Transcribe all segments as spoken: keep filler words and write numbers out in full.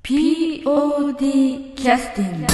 ピーオーディー キャスティング。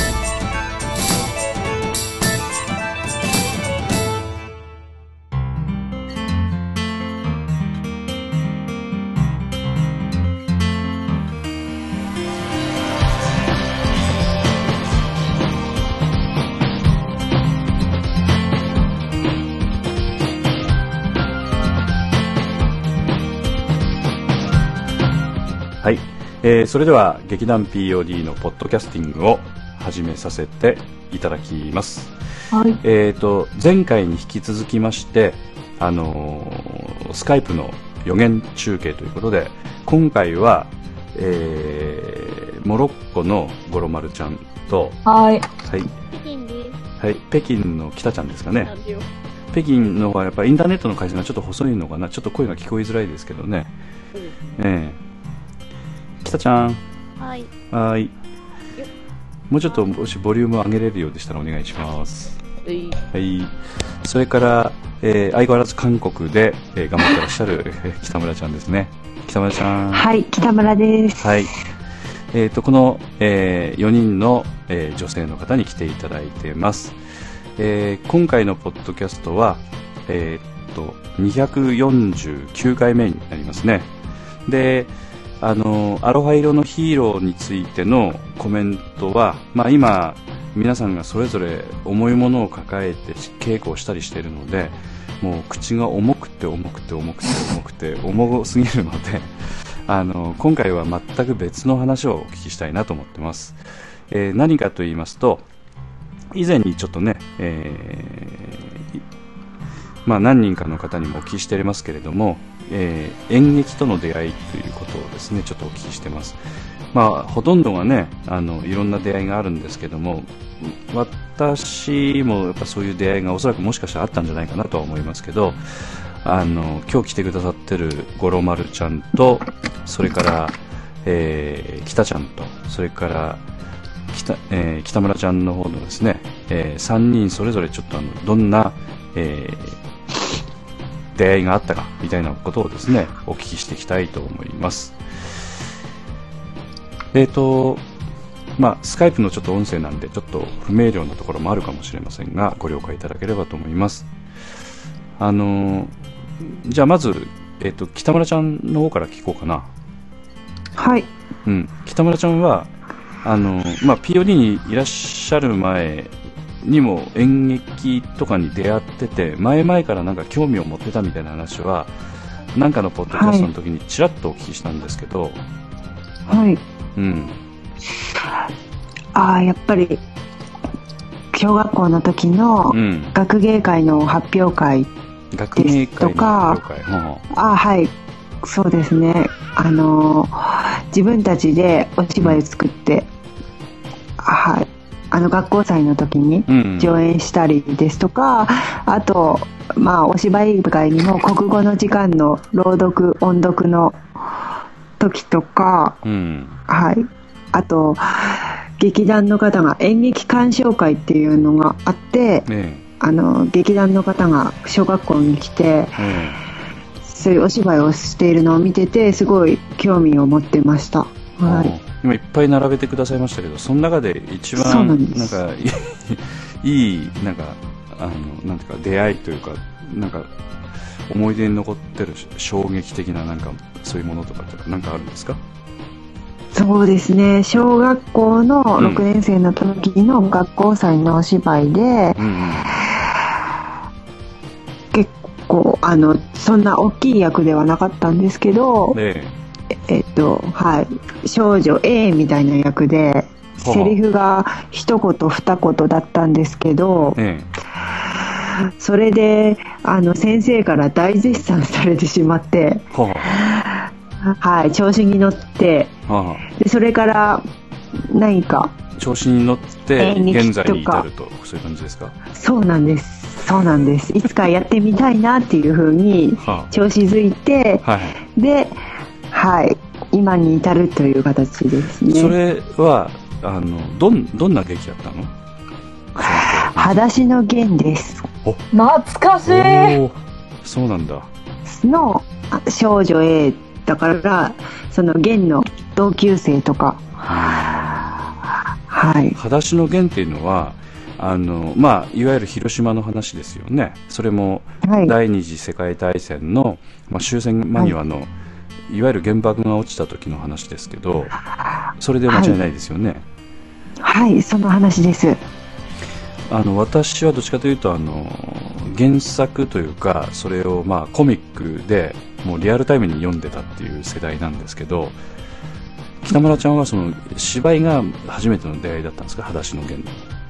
はい、えー、それでは劇団 ピーオーディー のポッドキャスティングを始めさせていただきます。はい、えーと前回に引き続きまして、あのー、スカイプの予言中継ということで、今回は、えー、モロッコのゴロマルちゃんと、 はい、 はい、北京です。はい、北京の北ちゃんですかね。北京の方はやっぱりインターネットの回線がちょっと細いのかな、ちょっと声が聞こえづらいですけどね。そうですね。えー北ちゃん、はい、はい、もうちょっともしボリュームを上げれるようでしたらお願いします。はい、はい、それから、えー、相変わらず韓国で、えー、頑張ってらっしゃる、えー、北村ちゃんですね。北村ちゃん、 はい、北村です。 はい、えーとこの、えー、よにんの、えー、女性の方に来ていただいています。えー、今回のポッドキャストは、えー、とにひゃくよんじゅうきゅうかいめになりますね。で、あのアロハ色のヒーローについてのコメントは、まあ、今皆さんがそれぞれ重いものを抱えて稽古をしたりしているので、もう口が重くて重くて重くて重くて重すぎるのであの今回は全く別の話をお聞きしたいなと思ってます。えー、何かと言いますと、以前にちょっとね、えーまあ、何人かの方にもお聞きしていますけれども、えー、演劇との出会いということをですねちょっとお聞きしてます。まあ、ほとんどがね、あのいろんな出会いがあるんですけども、私もやっぱそういう出会いがおそらくもしかしたらあったんじゃないかなとは思いますけど、あの今日来てくださってるゴロマルちゃんと、それから、えー、北ちゃんと、それから北、えー、北村ちゃんの方のですね、えー、さんにんそれぞれちょっとあのどんな、えー出会いがあったかみたいなことをですねお聞きしていきたいと思います。えーとまあスカイプのちょっと音声なんでちょっと不明瞭なところもあるかもしれませんが、ご了解いただければと思います。あのじゃあまず、えーと北村ちゃんの方から聞こうかな。 はい、 うん、北村ちゃんはあの、まあ、ピーオーディー にいらっしゃる前にも演劇とかに出会ってて、前々からなんか興味を持ってたみたいな話はなんかのポッドキャストの時にちらっとお聞きしたんですけど、 はい、 うん、 ああやっぱり小学校の時の学芸会の発表会ですとか、うん、ああはいそうですね、あのー、自分たちでお芝居を作って、うん、はい、あの学校祭の時に上演したりですとか、うん、あと、まあ、お芝居以外にも国語の時間の朗読音読の時とか、うん、はい、あと劇団の方が演劇鑑賞会っていうのがあって、ね、あの劇団の方が小学校に来て、ね、そういうお芝居をしているのを見ててすごい興味を持ってました。はい、 今いっぱい並べてくださいましたけど、その中で一番なんかいいなんかあのなんていうか出会いというか、なんか思い出に残ってる衝撃的ななんかそういうものとかってなんかあるんですか？ そうですね、小学校のろくねん生の時の学校祭のお芝居で、うん、結構あのそんな大きい役ではなかったんですけど、ねえっとはい、少女 A みたいな役でセリフが一言二言だったんですけど、ね、それであの先生から大絶賛されてしまって、はい、調子に乗って、でそれから何か調子に乗って現在に至ると、そういう感じですか？ そうなんですそうなんですいつかやってみたいなっていう風に調子づいて、はい、ではい、今に至るという形ですね。 それはあの ど, んどんな劇だったの？ 裸足の弦です。 お懐かしい。 そうなんだ。 の少女 A だから、その弦の同級生とか、はい。 裸足の弦っていうのは、あのまあ、いわゆる広島の話ですよね。それも第二次世界大戦の、まあ、終戦間際の、はい、いわゆる原爆が落ちた時の話ですけど、それで間違いないですよね。 はい、はい、その話です。 あの私はどっちかというとあの原作というか、それをまあコミックでもうリアルタイムに読んでたっていう世代なんですけど、北村ちゃんはその芝居が初めての出会いだったんですか、裸足の弦。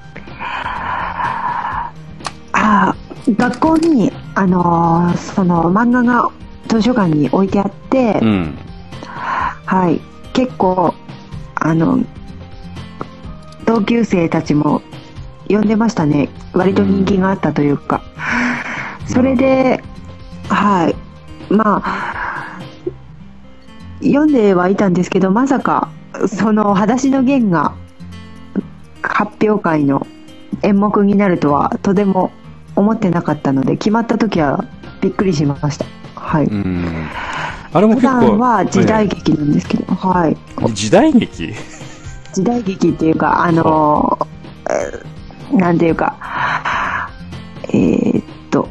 あ、学校に、あのー、その漫画が図書館に置いてあって、うん、はい、結構あの同級生たちも読んでましたね。割と人気があったというか、うん、それで、はい、まあ読んではいたんですけど、まさかその裸足の弦が発表会の演目になるとはとても思ってなかったので、決まった時はびっくりしました。はい。うん、 あれも結構普段は時代劇なんですけど、はい。 時代劇？ 時代劇っていうか、あのー、なんていうか、えー、っと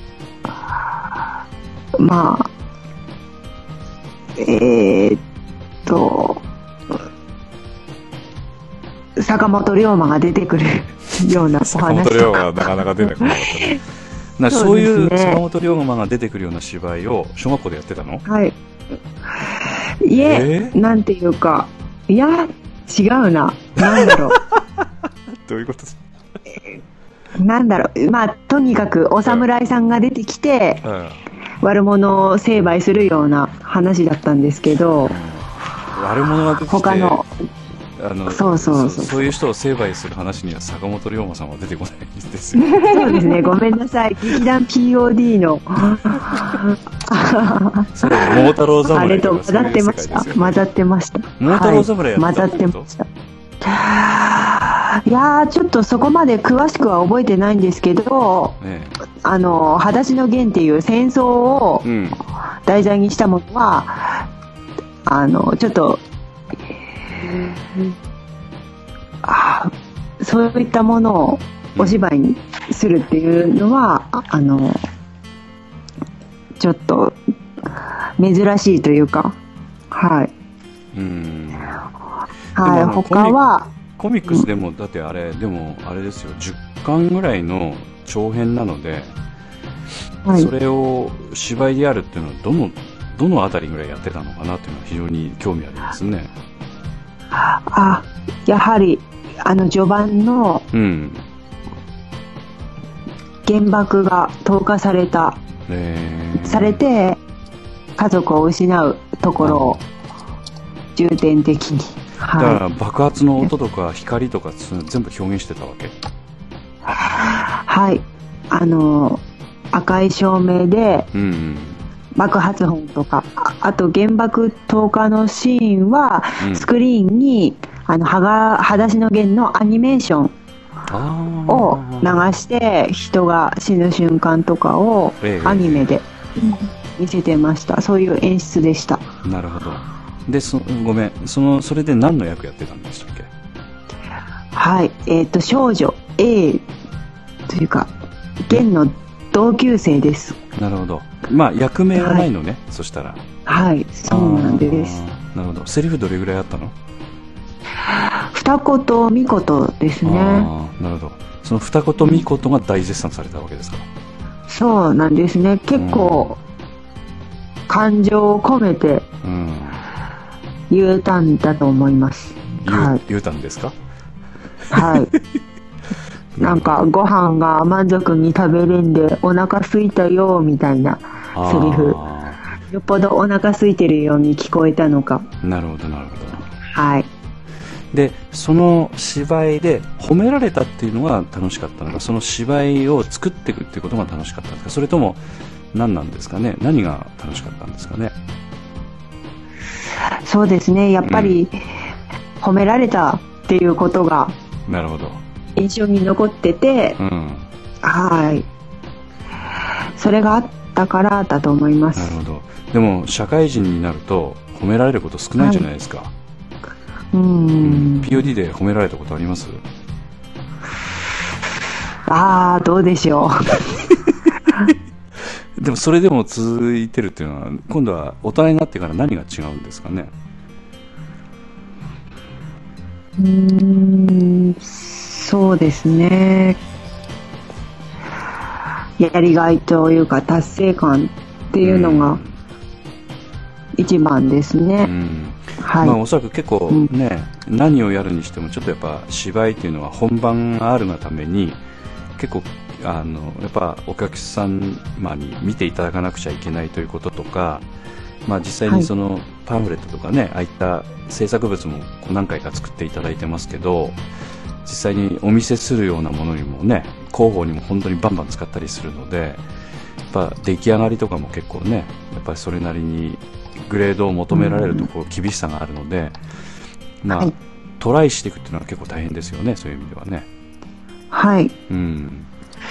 まあえー、っと坂本龍馬が出てくるようなお話とか。 坂本龍馬がなかなか出てこなかったな。そういう坂本龍馬が出てくるような芝居を小学校でやってたの？ はい。いえ、えー、なんていうか、いや違うな。なんだろう。 どういうことですか。なんだろう。まあとにかくお侍さんが出てきて、うん、悪者を成敗するような話だったんですけど、うん、 悪者が出てきて他のあのそうそうそう、 そういう人を成敗する話には坂本龍馬さんは出てこないんですよ。 そうですね、ごめんなさい。劇団 ピーオーディー のそう桃太郎侍あれと混ざってました。混ざってました。 桃太郎侍やってたってこと？ 混ざってました。いやー、ちょっとそこまで詳しくは覚えてないんですけど、ね、あの裸足の弦っていう戦争を題材にしたものは、うん、あのちょっとあそういったものをお芝居にするっていうのは、うん、あのちょっと珍しいというか、はい、うん、はい、他はコミックスでも、だってあれでもあれですよ、じゅっかんぐらいの長編なので、はい、それを芝居でやるっていうのはどのどのあたりぐらいやってたのかなっていうのは非常に興味ありますね。 あ、やはりあの序盤の原爆が投下された、うん、されて家族を失うところを重点的に、はい、 だから爆発の音とか光とか全部表現してたわけ？ はい、あの赤い照明で爆発音とか、うん、あ, あと原爆投下のシーンはスクリーンに、うん、あのはが裸足の弦のアニメーションを流して人が死ぬ瞬間とかをアニメで見せてました。そういう演出でした。 なるほど。でそごめん、そのそれで何の役やってたんでしたっけ？ はい、えっと少女 A というか弦の同級生です。 なるほど。まあ役名はないのね、はい、そしたら。 はい、そうなんです。 なるほど。セリフどれぐらいあったの？ 二言三言ですね。 あ、なるほど。その二言三言が大絶賛されたわけですか？ そうなんですね。結構感情を込めて言うたんだと思います。 うん、はい、言うたんですか？ はい。なんかご飯が満足に食べれんでお腹空いたよみたいなセリフ、よっぽどお腹空いてるように聞こえたのか。 なるほどなるほど。 はい。 でその芝居で褒められたっていうのが楽しかったのか、その芝居を作っていくっていうことが楽しかったんですか、それとも何なんですかね、何が楽しかったんですかね。 そうですね、やっぱり、うん、褒められたっていうことがなるほど印象に残ってて、うん、はい、それがあったからだと思います。 なるほど。でも社会人になると褒められること少ないじゃないですか。はうん、 ピーオーディー で褒められたことあります？ ああ、どうでしょう。でもそれでも続いてるっていうのは、今度は大人になってから何が違うんですかね？ うーん、そうですね。やりがいというか達成感っていうのが一番ですね。うん、はい。 まあおそらく結構ね、うん、何をやるにしてもちょっとやっぱ芝居っていうのは本番があるがために結構あのやっぱお客様に見ていただかなくちゃいけないということとか、まあ実際にそのパンフレットとかね、はい、ああいった制作物も何回か作っていただいてますけど、実際にお見せするようなものにもね、広報にも本当にバンバン使ったりするので、やっぱ出来上がりとかも結構ね、やっぱりそれなりにグレードを求められるところ厳しさがあるので、まあ、はい、トライしていくっていうのは結構大変ですよね、そういう意味ではね。 はい。うん。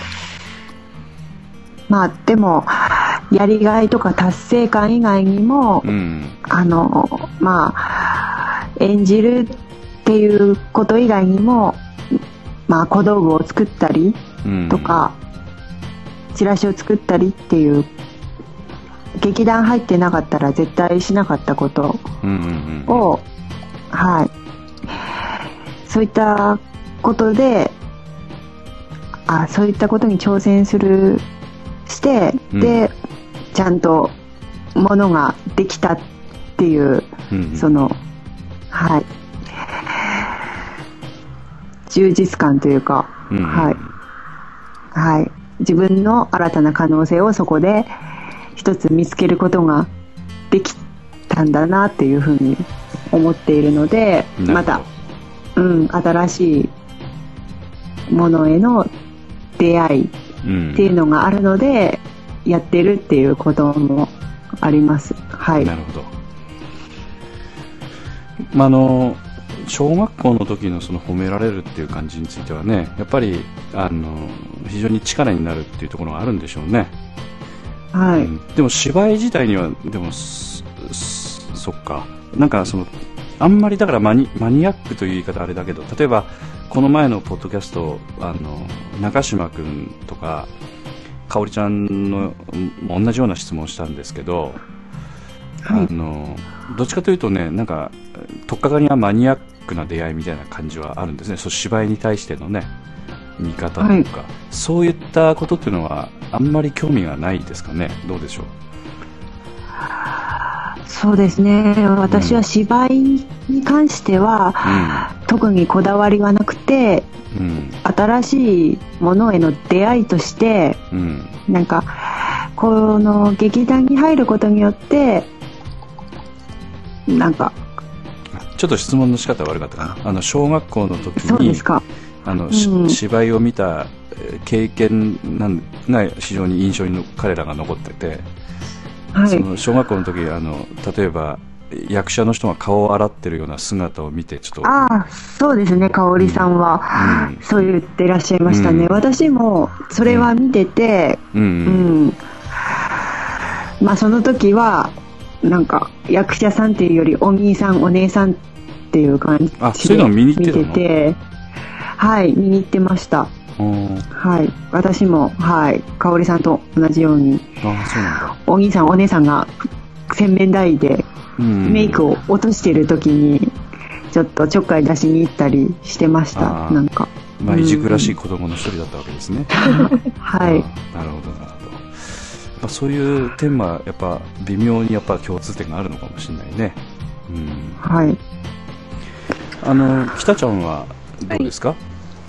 まあでもやりがいとか達成感以外にも、うん、あのまあ演じるっていうこと以外にも、まあ小道具を作ったりとか、うん、チラシを作ったりっていう劇団入ってなかったら絶対しなかったことを、うんうんうん、はい、そういったことで、あ、そういったことに挑戦するして、うん、でちゃんとものができたっていう、うんうん、そのはい充実感というか、うんうん、はいはい、自分の新たな可能性をそこで一つ見つけることができたんだなっていうふうに思っているので、また、うん、新しいものへの出会いっていうのがあるので、うん、やってるっていうこともあります。はい。 なるほど。まあ、あの小学校の時のその褒められるっていう感じについてはね、やっぱりあの非常に力になるっていうところがあるんでしょうね。 はい。うん、でも芝居自体にはでもそっか、なんかそのあんまりだからマニ、マニアックという言い方あれだけど、例えばこの前のポッドキャスト、あの中島くんとかかおりちゃんの同じような質問をしたんですけど、はい、あのどっちかというとね、なんか取っかかりがマニアックな出会いみたいな感じはあるんですね。そう芝居に対してのね見方というか、はい、そういったことっていうのはあんまり興味がないですかね。どうでしょう。 そうですね、私は芝居に関しては、うん、特にこだわりはなくて、うん、新しいものへの出会いとして、うん、なんかこの劇団に入ることによってなんかちょっと質問の仕方悪かったかな。あの小学校の時にそうですか、 あの、うん、芝居を見た経験なんが非常に印象に彼らが残ってて、はい、その小学校の時あの例えば役者の人が顔を洗ってるような姿を見てちょっと、 ああそうですね、香織さんは、うん、そう言ってらっしゃいましたね、うん、私もそれは見てて、うんうんうん、まあその時はなんか役者さんっていうよりお兄さんお姉さんっていう感じであそういうのを見に行ってたの？ 見てて、はい見に行ってました。はい、私も、はい、香織さんと同じように、あそうなんだ、お兄さんお姉さんが洗面台でメイクを落としている時にちょっとちょっかい出しに行ったりしてました。なんか、 まあ、いじくらしい子供の一人だったわけですね。 はい。 なるほどなるほど。やっぱそういう点はやっぱ微妙にやっぱ共通点があるのかもしれないね。うん、 はい。 あの北ちゃんはどうですか？はい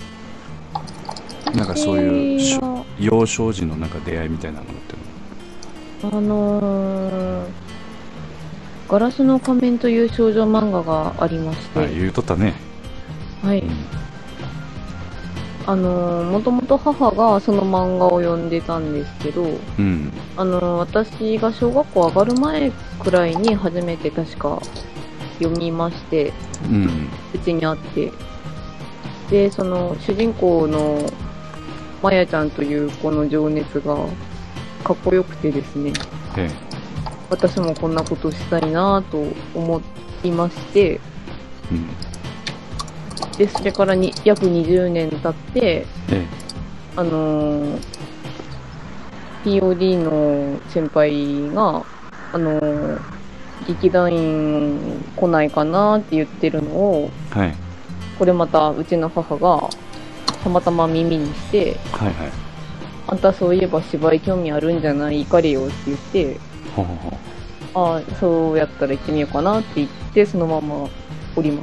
、なんかそういう幼少時のなんか出会いみたいなものってあのー、ガラスの仮面という少女漫画がありまして、 あ、言うとったね。 はい、うん、あのー、もともと母がその漫画を読んでたんですけど、うん、あのー、私が小学校上がる前くらいに初めて確か読みまして、うん、うちにあって、でその主人公のまやちゃんという子の情熱がかっこよくてですね、ええ、私もこんなことしたいなと思いまして、うん、 で、それからに約にじゅうねん経って、ええ、あのー、ピーオーディー の先輩が、あのー、劇団員来ないかなって言ってるのを、はい、これまたうちの母がたまたま耳にして、はいはい、あんたそういえば芝居興味あるんじゃない？行かれよって言って、ほうほうほう、ああ、そうやったら行ってみようかなって言って、そのままおります。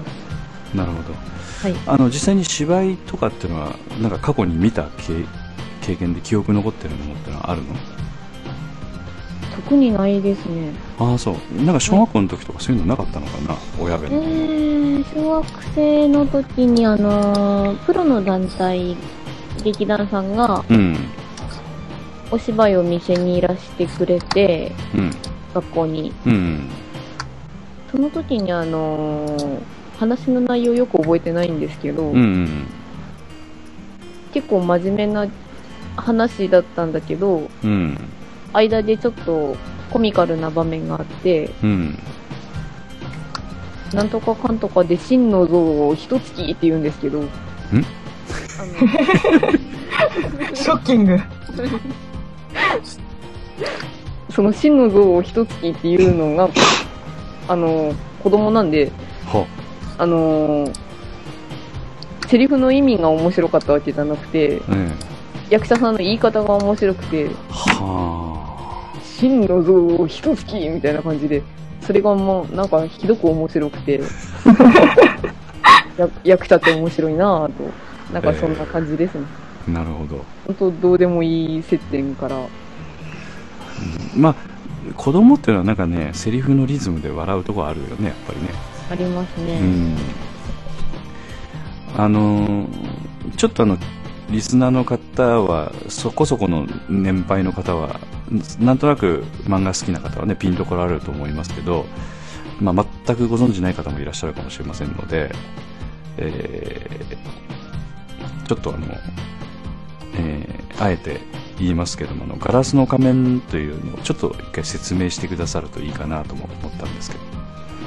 なるほど。はい、あの実際に芝居とかっていうのはなんか過去に見た経、経験で記憶残ってるものってのはあるの？ 特にないですね。 ああ、そう。なんか小学校の時とかそういうのなかったのかな、親が。えー、小学生の時にあのプロの団体劇団さんが、うん、お芝居を見せにいらしてくれて、うん、学校に、うん、その時にあのー、話の内容よく覚えてないんですけど、うんうん、結構真面目な話だったんだけど、うん、間でちょっとコミカルな場面があって、うん、なんとかかんとかで真の像を一月って言うんですけど、んあのショッキングその真の像を一月っていうのがあの子供なんで、はあのセリフの意味が面白かったわけじゃなくて、うん、役者さんの言い方が面白くて、はあ、真の像を一月みたいな感じで、それがもうなんかひどく面白くて役者って面白いなぁと、なんかそんな感じですね。 えー、なるほど。 本当どうでもいい接点から、うん、 まあ子供っていうのはなんかね、セリフのリズムで笑うとこあるよね、やっぱりね。 ありますね。 うん、あのちょっとあのリスナーの方はそこそこの年配の方はなんとなく漫画好きな方はねピンとこられると思いますけど、まあ、全くご存じない方もいらっしゃるかもしれませんので、えー、ちょっとあの、えー、あえて言いますけども、あのガラスの仮面というのをちょっと一回説明してくださるといいかなとも思ったんですけど。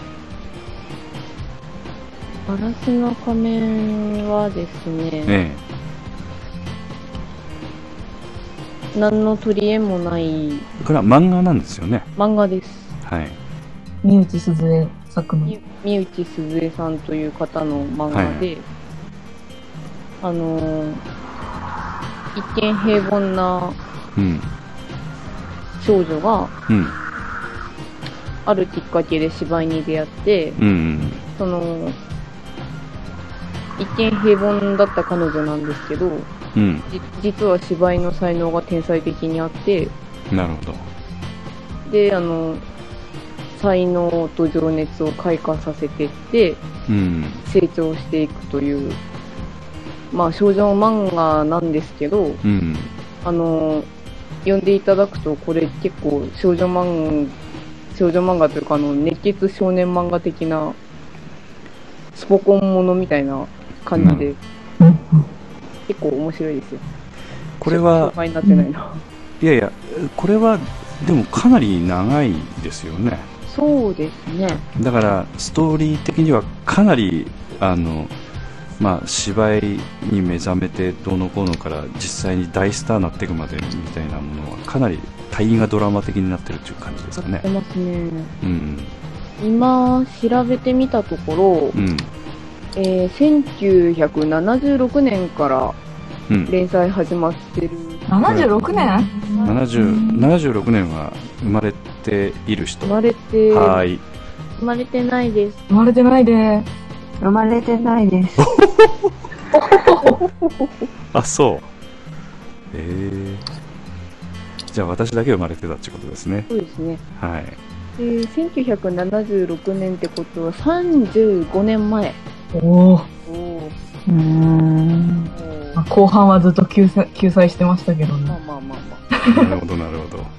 ガラスの仮面はですね、ええ、何の取り柄もない。 これは漫画なんですよね。 漫画です。 はい。 三内すずえ作の。 三内すずえさんという方の漫画で、はい、あのー、一見平凡な少女が、うん、あるきっかけで芝居に出会って、うんうん、その一見平凡だった彼女なんですけど、うん、実は芝居の才能が天才的にあって、 なるほど。 で、あの才能と情熱を開花させていって、うん、成長していくという、まあ少女漫画なんですけど、うん、あの読んでいただくとこれ結構少女漫少女漫画というかあの熱血少年漫画的なスポコンものみたいな感じで、うん、結構面白いですよ。 これは紹介になってないな。 いやいや、これはでもかなり長いですよね。 そうですね。 だからストーリー的にはかなりあの、まあ、芝居に目覚めてどうのこうのから実際に大スターになっていくまでみたいなものはかなり大河ドラマ的になってるっていう感じですかね。なってますね。うん、今調べてみたところ、うん、えー、せんきゅうひゃくななじゅうろくねんから連載始まってる、うん、 ななじゅうろくねんななじゅう ななじゅうろくねんは生まれている人？ 生まれてはい生まれてないです。 生まれてないです。 生まれてないですあ、そう。えー、じゃあ私だけ生まれてたってことですね。 そうですね。 はい。 えー、せんきゅうひゃくななじゅうろくねんってことはさんじゅうごねんまえ。 おお。うーん。後半はずっと救済、救済してましたけどね。 まあまあまあまあ。なるほどなるほど。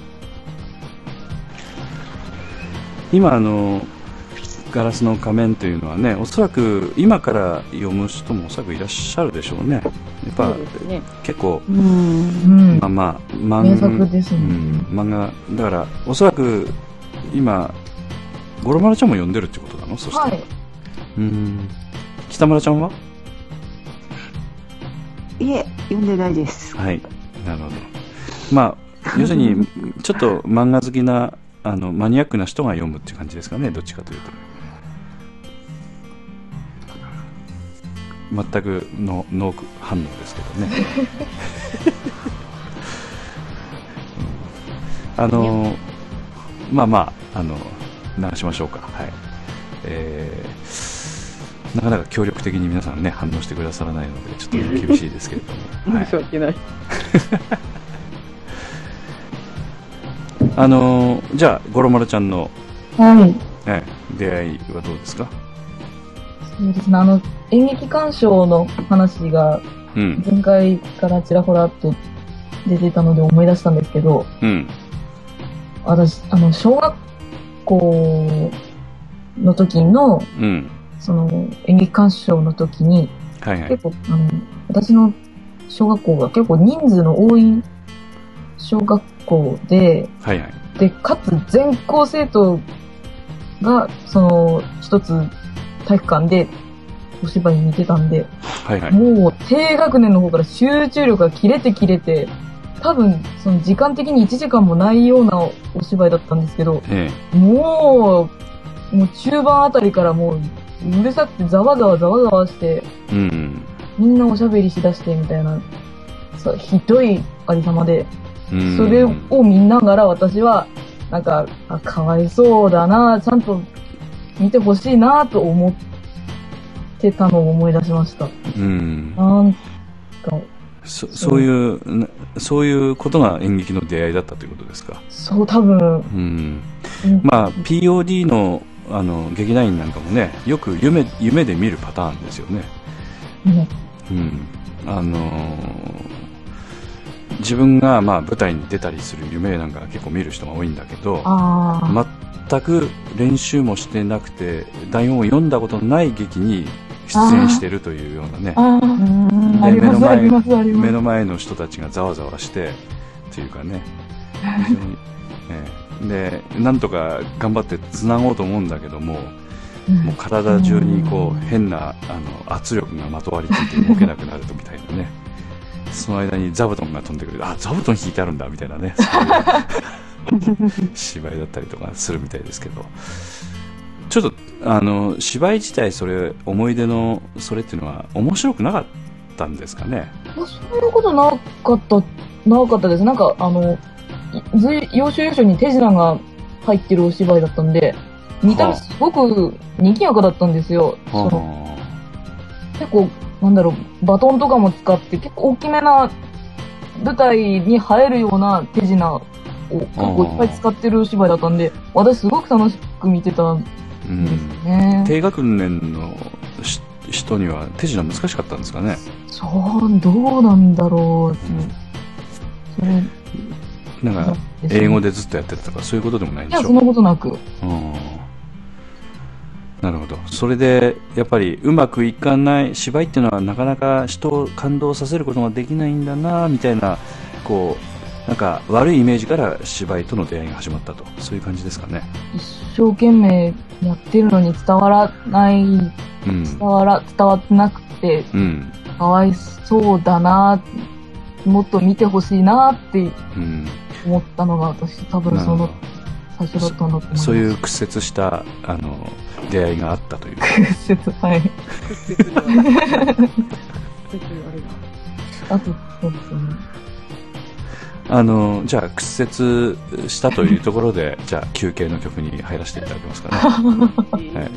今あのガラスの仮面というのはね、おそらく今から読む人もおそらくいらっしゃるでしょうね。やっぱ、ね、結構、うん、まあまあ漫画、 名作ですね。 うん、漫画だからおそらく今五郎丸ちゃんも読んでるってことなの？そしたら、はい、うん、季北村ちゃんはいえ、読んでないです。 はい、なるほど。まあ要するにちょっと漫画好きなあのマニアックな人が読むっていう感じですかね、どっちかというと。全くのノー反応ですけどね。あのまあまああの流しましょうか。はい。えー、なかなか協力的に皆さんね反応してくださらないのでちょっと厳しいですけれども。 申し訳ない。 あのじゃあ五郎丸ちゃんの、 はい、 ね、出会いはどうですか？ そうですね、あの演劇鑑賞の話が前回からちらほらっと出てたので思い出したんですけど、うん、私あの小学校の時の、うん、その演劇鑑賞の時に、はいはい、結構あの私の小学校が結構人数の多い小学校で、はいはい、でかつ全校生徒がその一つ体育館でお芝居見てたんで、はいはい、もう低学年の方から集中力が切れて切れて、多分その時間的にいちじかんもないようなお芝居だったんですけど、ええ、もうもう中盤あたりからもううるさくてざわざわざわざわして、うん、みんなおしゃべりしだしてみたいな、ひどいありさまで、うん、それを見ながら私はなんかあかわいそうだな、ちゃんと見てほしいなと思ってたのを思い出しました。うん、なんかそ, そういうそういうことが演劇の出会いだったということですか？ そう、多分。うん。 うん、まあ ピーオーディー のあの劇団員なんかもね、よく夢夢で見るパターンですよね。うん。うん、あのー、自分がまあ舞台に出たりする夢なんか結構見る人が多いんだけど、あ全く練習もしてなくて台本を読んだことのない劇に出演しているというようなね、で目の前目の前の人たちがざわざわしてというかね、非常にね、でなんとか頑張ってつなごうと思うんだけども、うん、もう体中にこう変なあの圧力がまとわりついて動けなくなるとみたいなね、その間に座布団が飛んでくる、あ座布団引いてあるんだみたいなね、芝居だったりとかするみたいですけど、ちょっとあの芝居自体それ思い出のそれっていうのは面白くなかったんですかね？ そういうことなかったなかったです。なんかあの要所要所に手品が入ってるお芝居だったんで、見た目すごく賑やかだったんですよ。はあ、その結構なんだろう、バトンとかも使って結構大きめな舞台に映えるような手品を結構いっぱい使ってるお芝居だったんで、私すごく楽しく見てたんですね。うん、低学年の人には手品難しかったんですかね？ そう、どうなんだろう。うん、 それなんか英語でずっとやってたとかそういうことでもないんでしょう？ いや、そんなことなく。うん、 なるほど。それでやっぱりうまくいかない芝居っていうのはなかなか人を感動させることができないんだなみたいな、こうなんか悪いイメージから芝居との出会いが始まったと、そういう感じですかね？ 一生懸命やってるのに伝わらない、うん、伝わら伝わってなくて、うん、かわいそうだな、もっと見てほしいなって思ったのが私多分その最初だったんだと思います。 そういう屈折したあの出会いがあったという。 屈折、はい。あとそうですね。 あのじゃあ屈折したというところでじゃあ休憩の曲に入らせていただけますかね。はい、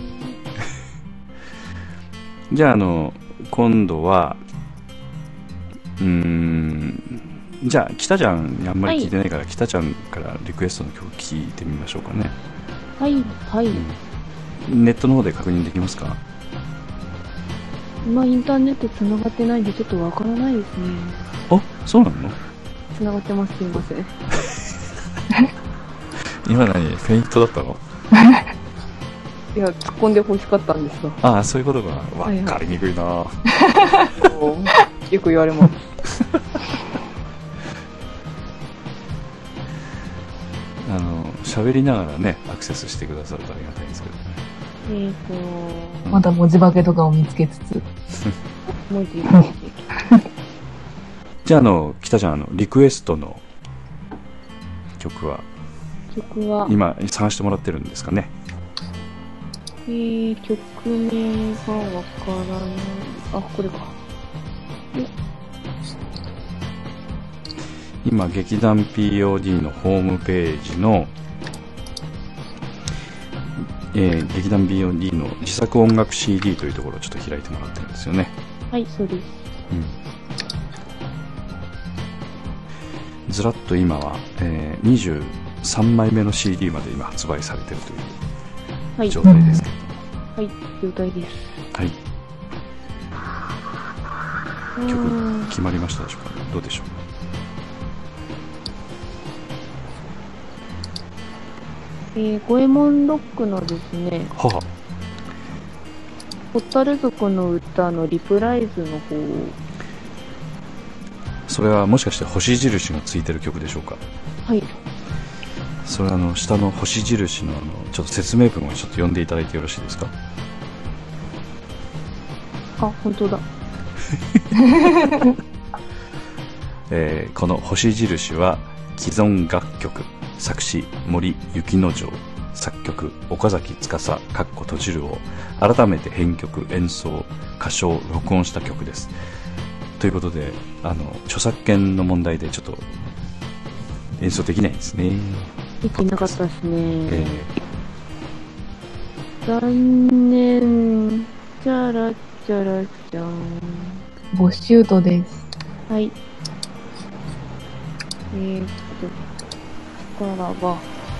じゃああの今度はうーんじゃあ北ちゃんにあんまり聞いてないから、はい、北ちゃんからリクエストの曲聞いてみましょうかね。 はいはい、 うん、ネットの方で確認できますか？ 今インターネット繋がってないんでちょっとわからないですね。 あ、そうなの？ 繋がってます、すいません。 今何フェイントだったの？ いや、突っ込んで欲しかったんですが。 ああ、そういうことか。わかりにくいな、 はい、よく言われます。 あの喋りながらねアクセスしてくださるとありがたいんですけどね。 えーとまた文字化けとかを見つけつつ。 文字化け。 じゃあ、あの、北ちゃん、あの、リクエストの曲は、 曲は、 今探してもらってるんですかね。 えー、曲名がわからない。あ、これか。 今、劇団 ピーオーディー のホームページの、えー、劇団 ピーオーディー の自作音楽 シーディー というところをちょっと開いてもらってるんですよね。 はい、そうです。 うん、ずらっと今は、えー、にじゅうさんまいめの シーディー まで今発売されてるという状態ですけど、 はい、はい、状態です。 はい。曲決まりましたでしょうか。どうでしょう。 えー、五右衛門ロックのですね、 はは、 ホッタル族の歌のリプライズの方。 それはもしかして星印がついてる曲でしょうか。 はい。 それはあの下の星印のあのちょっと説明文をちょっと読んでいただいてよろしいですか。 あ、本当だ。 えー、この星印は既存楽曲、作詞森雪之丞、作曲岡崎司かっこ閉じるを改めて編曲演奏歌唱録音した曲です。ということで、あの著作権の問題でちょっと演奏できないんですね。 できなかったですね、えー、 残念。チャラチャラちゃんボシュートです。 はい。えーっとからは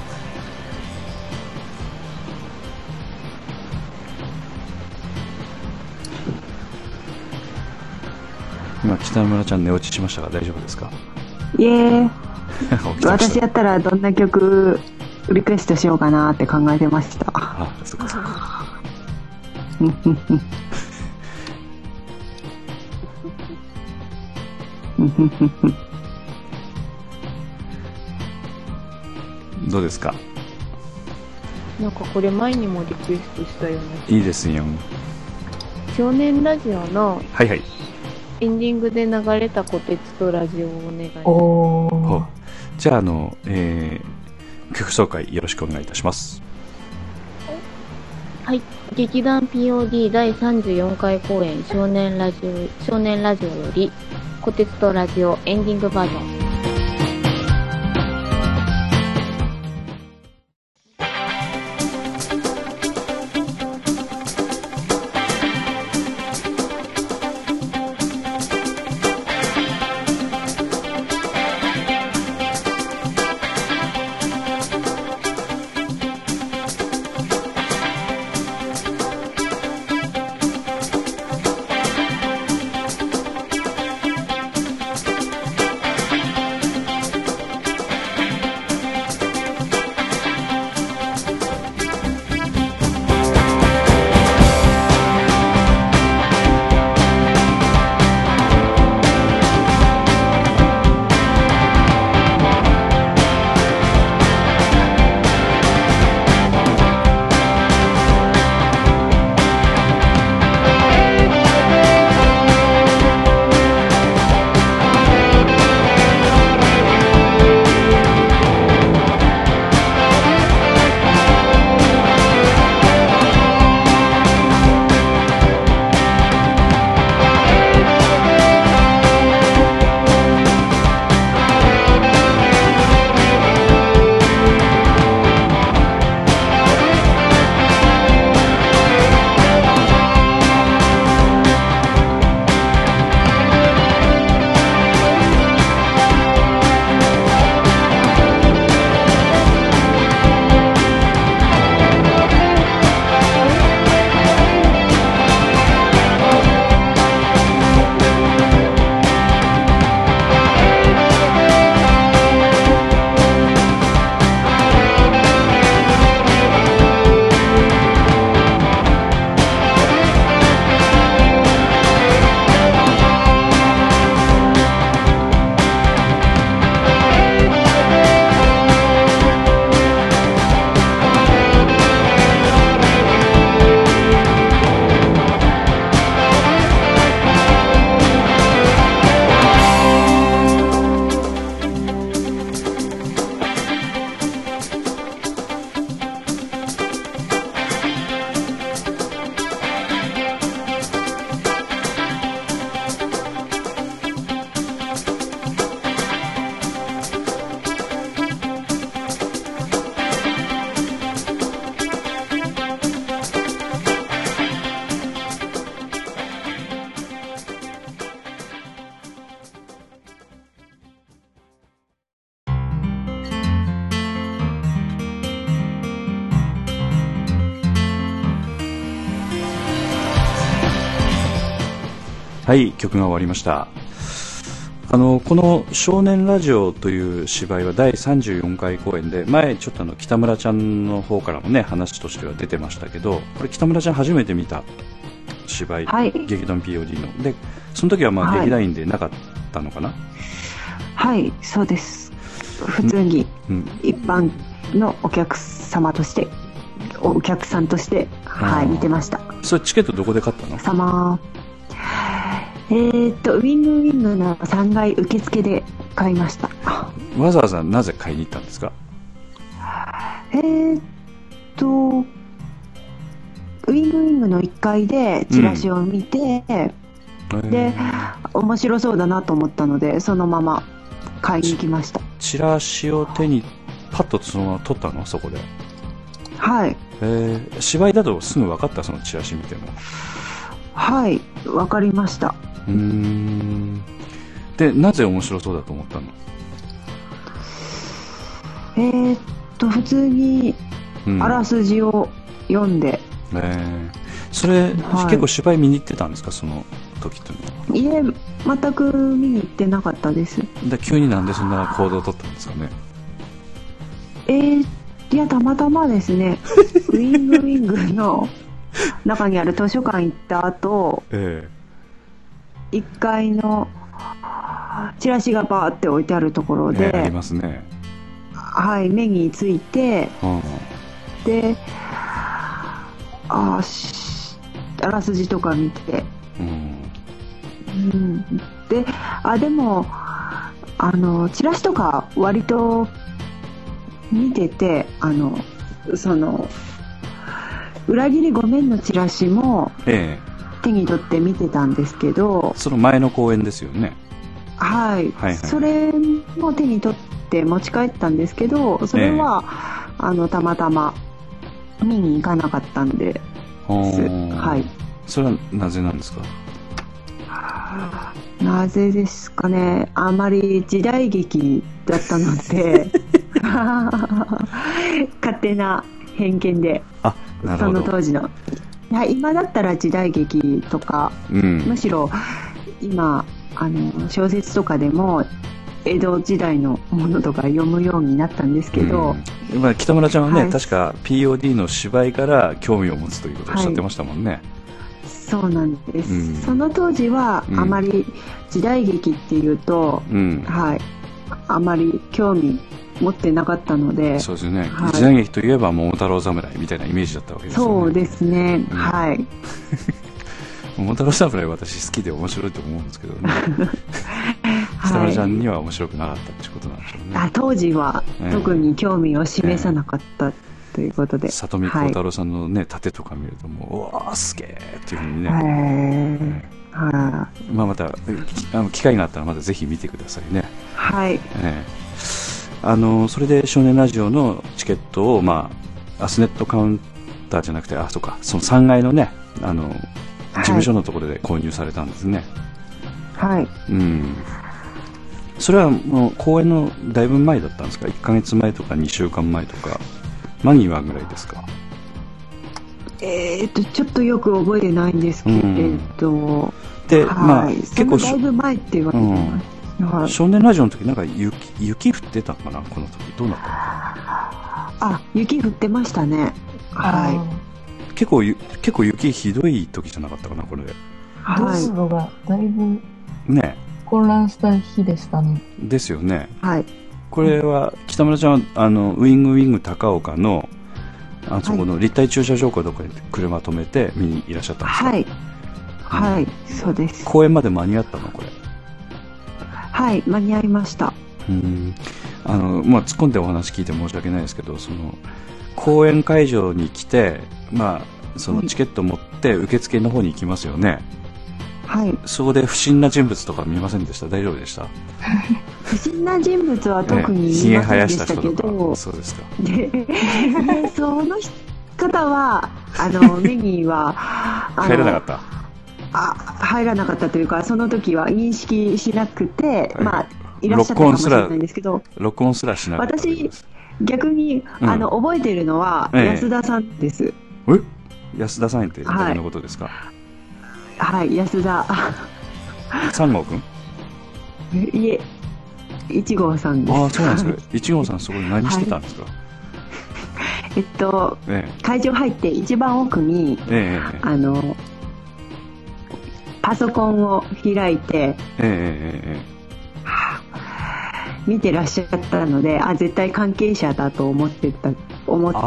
今北村ちゃん寝落ちしましたが大丈夫ですか。 いえ私やったらどんな曲リクエストしようかなって考えてました。 あ、そうかそうか。どうですか。 なんかこれ前にもリクエストしたような。 いいですよ。 少年ラジオのはいはいエンディングで流れたこてつとラジオをお願いします。 おじゃあ、あの、えー、曲紹介よろしくお願いいたします。 はい。劇団 ピーオーディー だいさんじゅうよんかい公演少年ラジオ、少年ラジオよりこてつとラジオエンディングバージョン。 はい、曲が終わりました。あのこの少年ラジオという芝居はだいさんじゅうよんかい公演で、前ちょっとあの北村ちゃんの方からもね話としては出てましたけど、これ北村ちゃん初めて見た芝居、はい、劇団 ピーオーディー ので、その時はまあ、はい、劇団員でなかったのかな。 はい、そうです。普通に一般のお客様として、お客さんとして、はい、見てました。 それチケットどこで買ったの？ 様えー、っとウィングウィングのさんがい受付で買いました。 わざわざなぜ買いに行ったんですか？ えー、っとウィングウィングのいっかいでチラシを見て、うん、で面白そうだなと思ったのでそのまま買いに行きました。 チラシを手にパッとそのまま取ったの？そこで。 はい。 えー、芝居だとすぐ分かった？そのチラシ見ても。 はい、分かりました。 うーん。で、なぜ面白そうだと思ったの？ えー、っと普通にあらすじを読んで、 うん、えー、それ、はい、結構芝居見に行ってたんですか、その時っていうのは？ いえ、全く見に行ってなかったです。 で急になんでそんな行動を取ったんですかね？ えー、いやたまたまですねウィングウィングの中にある図書館行った後、ええ、いっかいのチラシがバーって置いてあるところで、えー、ありますね。 はい、目について、うん、でああらすじとか見て、うんうん、であでもあのチラシとか割と見てて、あのその裏切りごめんのチラシも手に取って見てたんですけど、 ええ、その前の公演ですよね。 はい、はいはい、それも手に取って持ち帰ったんですけど、それは、ええ、あのたまたま見に行かなかったんです。はい。 それはなぜなんですか？ なぜですかね。あまり時代劇だったので勝手な偏見で、 あ、なるほど。 その当時の、はい、今だったら時代劇とか、うん、むしろ今あの小説とかでも江戸時代のものとか読むようになったんですけど、 うん、北村ちゃんはね、はい、確か ピーオーディー の芝居から興味を持つということをおっしゃってましたもんね。はい、 そうなんです、うん、その当時はあまり時代劇っていうと、うん、はい、あまり興味持ってなかったので。 そうですね、はい、時代劇といえば桃太郎侍みたいなイメージだったわけですよね。 そうですね、うん、はい桃太郎侍は私好きで面白いと思うんですけどね北村ちゃんには面白くなかったってことなんでしょうね。 あ、当時は特に興味を示さなかった、えー、ということで、 里見幸太郎さんのね、はい、盾とか見るともう、うわーすげーっていうふうにね、えーはあ、まあ、またあの機会があったらまたぜひ見てくださいね。 はい、 えー、あのそれで少年ラジオのチケットを、まあ、アスネットカウンターじゃなくて、あ、そうか、そのさんがいのね、あの事務所のところで購入されたんですね。 はい、 うん、それはもう公演のだいぶ前だったんですか？いっかげつまえとかにしゅうかんまえとか間際ぐらいですか？ えーっとちょっとよく覚えてないんですけれど、うん、 で、はい、まあ結構だいぶ前って言われてます、うん、はい、 少年ラジオの時なんか 雪, 雪降ってたかな、この時どうなったの？ あ、雪降ってましたね。はい、 結構結構雪ひどい時じゃなかったかな、これ。 道路がだいぶね混乱した日でしたね。 ですよね。 はい。 これは北村ちゃんはあのウィングウィング高岡のあそこの立体駐車場かどこに車止めて見にいらっしゃったんですか？ はい、はい、うん、そうです。 公演まで間に合ったのこれ？ はい、間に合いました。 うん、あの、まあ、突っ込んでお話聞いて申し訳ないですけど、その公演会場に来て、まあ、そのチケット持って受付の方に行きますよね。 はい、 そこで不審な人物とか見ませんでした？大丈夫でした？ 不審な人物は特に見ませんでしたけど、 ね、そうですか。 ででその方はあの目には入らなかった。 あ、入らなかったというか、その時は認識しなくて、はい、まあいらっしゃったかもしれないんですけど、 録音すらしなかった。 私逆に、うん、あの覚えているのは安田さんです。 ええ、安田さんって誰のことですか？ はい、はい、安田三号くん？ いえ、一号さんです。 ああ、そうなんですか。一号さんそこで何してたんですか？はい、 えっと、ええ、会場入って一番奥に、ええ、あのパソコンを開いて、ええ、見てらっしゃったので、あ、絶対関係者だと思ってた思って、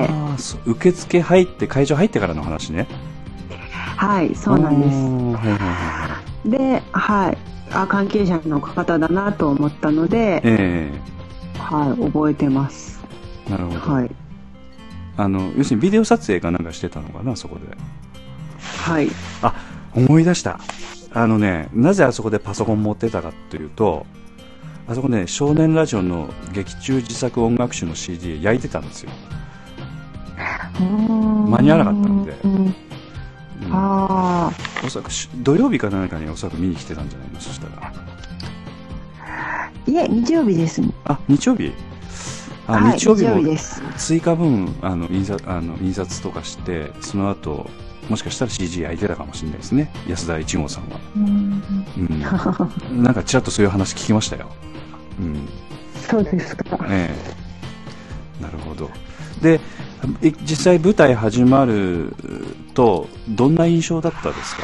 あ、受付入って会場入ってからの話ね。 はい、そうなんです。はいはいはい、で、はい、あ、関係者の方だなと思ったので、えー、はい、覚えてます。 なるほど。はい。あの要するにビデオ撮影かなんかしてたのかな、そこで。 はい。 あ、思い出した。あのね、なぜあそこでパソコン持ってたかというと、あそこね、少年ラジオの劇中自作音楽集の シーディー 焼いてたんですよ。間に合わなかったんで。うん、ああ。おそらく土曜日か何かにおそらく見に来てたんじゃないの、そしたら。 いえ、日曜日です。 あ、日曜日。あ、はい、日曜日も追加分あの印刷あの印刷とかして、その後もしかしたら シージー 焼いてたかもしれないですね、安田一号さんは。うん、うん、なんかちらっとそういう話聞きましたよ。うん、 そうですか。ええ、なるほど。で、実際舞台始まるとどんな印象だったですか？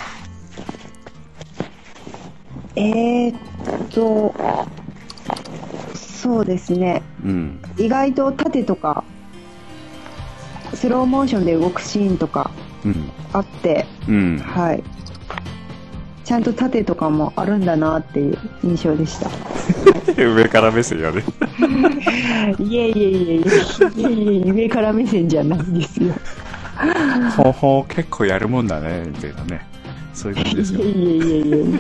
えーっとそうですね、うん、意外と縦とかスローモーションで動くシーンとかあって、うん、はい、ちゃんと縦とかもあるんだなっていう印象でした。 上から目線やね。 いえいえいえいえいえいえ、上から目線じゃないんですよ。 ほうほう、結構やるもんだねみたいなね、そういう感じですよ。いえいえいえいえ。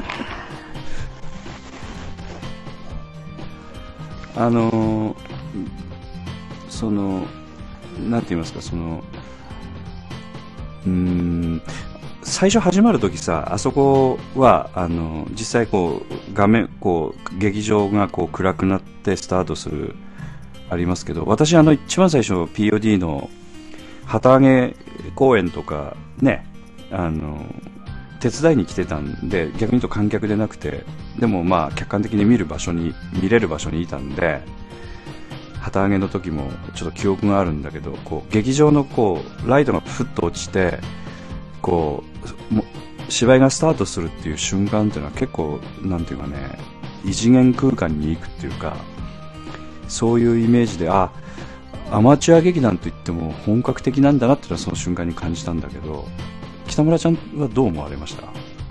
あのー、そのなんて言いますか、そのうーん最初始まるときさ、あそこはあの実際こう画面こう劇場がこう暗くなってスタートするありますけど、私あの一番最初 ピーオーディー の旗揚げ公演とかね、あの手伝いに来てたんで、逆に言うと観客でなくて、でもまあ客観的に見る場所に見れる場所にいたんで、旗揚げの時もちょっと記憶があるんだけど、こう劇場のこうライトがふっと落ちて、こうも芝居がスタートするっていう瞬間っていうのは結構なんていうかね、異次元空間に行くっていうか、そういうイメージで、あ、アマチュア劇団といっても本格的なんだなっていうのはその瞬間に感じたんだけど、北村ちゃんはどう思われました？